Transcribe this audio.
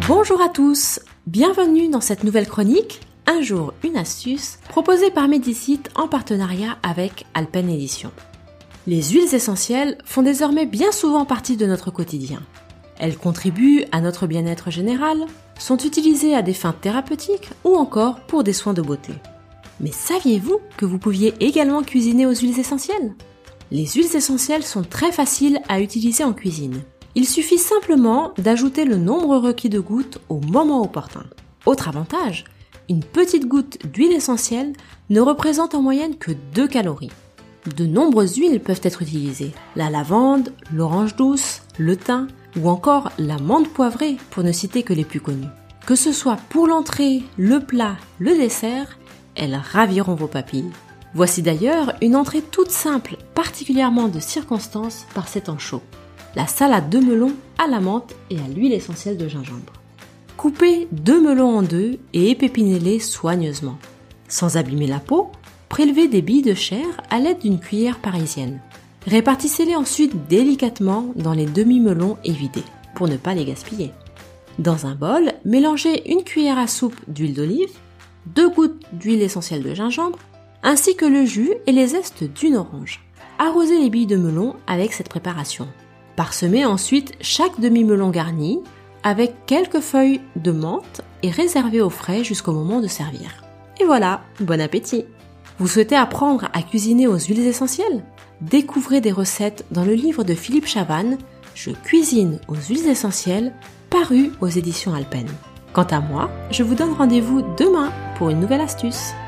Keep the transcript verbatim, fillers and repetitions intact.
Bonjour à tous, bienvenue dans cette nouvelle chronique, un jour une astuce, proposée par Medicite en partenariat avec Alpen Éditions. Les huiles essentielles font désormais bien souvent partie de notre quotidien. Elles contribuent à notre bien-être général, sont utilisées à des fins thérapeutiques ou encore pour des soins de beauté. Mais saviez-vous que vous pouviez également cuisiner aux huiles essentielles ? Les huiles essentielles sont très faciles à utiliser en cuisine. Il suffit simplement d'ajouter le nombre requis de gouttes au moment opportun. Autre avantage, une petite goutte d'huile essentielle ne représente en moyenne que deux calories. De nombreuses huiles peuvent être utilisées. La lavande, l'orange douce, le thym ou encore la menthe poivrée pour ne citer que les plus connues. Que ce soit pour l'entrée, le plat, le dessert, elles raviront vos papilles. Voici d'ailleurs une entrée toute simple, particulièrement de circonstance par ces temps chauds. La salade de melon à la menthe et à l'huile essentielle de gingembre. Coupez deux melons en deux et épépinez-les soigneusement. Sans abîmer la peau, prélevez des billes de chair à l'aide d'une cuillère parisienne. Répartissez-les ensuite délicatement dans les demi-melons évidés, pour ne pas les gaspiller. Dans un bol, mélangez une cuillère à soupe d'huile d'olive, deux gouttes d'huile essentielle de gingembre, ainsi que le jus et les zestes d'une orange. Arrosez les billes de melon avec cette préparation. Parsemez ensuite chaque demi-melon garni avec quelques feuilles de menthe et réservez au frais jusqu'au moment de servir. Et voilà, bon appétit! Vous souhaitez apprendre à cuisiner aux huiles essentielles ? Découvrez des recettes dans le livre de Philippe Chavannes, Je cuisine aux huiles essentielles, paru aux éditions Alpen. Quant à moi, je vous donne rendez-vous demain pour une nouvelle astuce.